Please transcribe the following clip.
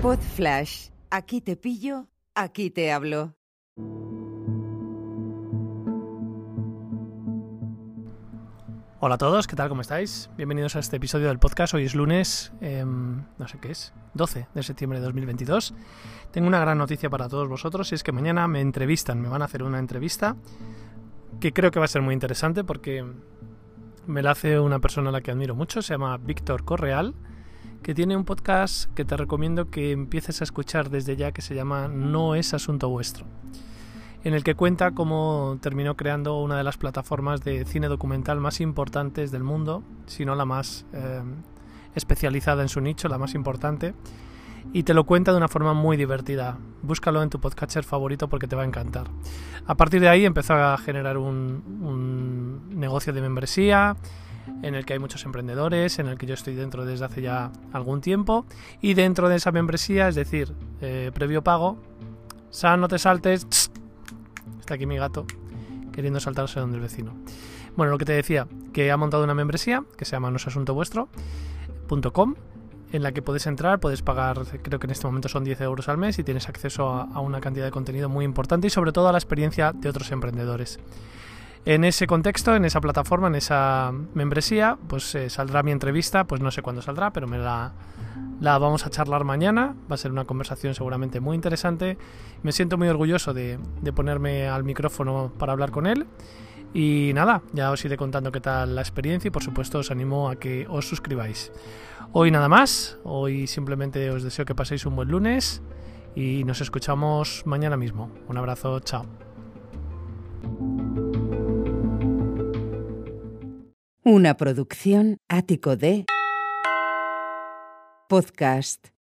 Pod Flash. Aquí te pillo, aquí te hablo. Hola a todos, ¿qué tal? ¿Cómo estáis? Bienvenidos a este episodio del podcast. Hoy es lunes, no sé qué es, 12 de septiembre de 2022. Tengo una gran noticia para todos vosotros y es que mañana me van a hacer una entrevista que creo que va a ser muy interesante porque me la hace una persona a la que admiro mucho, se llama Víctor Correal, que tiene un podcast que te recomiendo que empieces a escuchar desde ya, que se llama No es asunto vuestro, en el que cuenta cómo terminó creando una de las plataformas de cine documental más importantes del mundo, si no la más especializada en su nicho, la más importante, y te lo cuenta de una forma muy divertida. Búscalo en tu podcatcher favorito porque te va a encantar. A partir de ahí empezó a generar un negocio de membresía en el que hay muchos emprendedores, en el que yo estoy dentro desde hace ya algún tiempo, y dentro de esa membresía, es decir, previo pago, no te saltes. Está aquí mi gato queriendo saltarse donde el vecino. Bueno, lo que te decía, que ha montado una membresía que se llama noesasuntovuestro.com, en la que puedes entrar, puedes pagar, creo que en este momento son 10 euros al mes, y tienes acceso a una cantidad de contenido muy importante y sobre todo a la experiencia de otros emprendedores. En ese contexto, en esa plataforma, en esa membresía, pues saldrá mi entrevista, pues no sé cuándo saldrá, pero la vamos a charlar mañana. Va a ser una conversación seguramente muy interesante. Me siento muy orgulloso de ponerme al micrófono para hablar con él. Y nada, ya os iré contando qué tal la experiencia y por supuesto os animo a que os suscribáis. Hoy nada más, hoy simplemente os deseo que paséis un buen lunes y nos escuchamos mañana mismo. Un abrazo, chao. Una producción Ático de Podcast.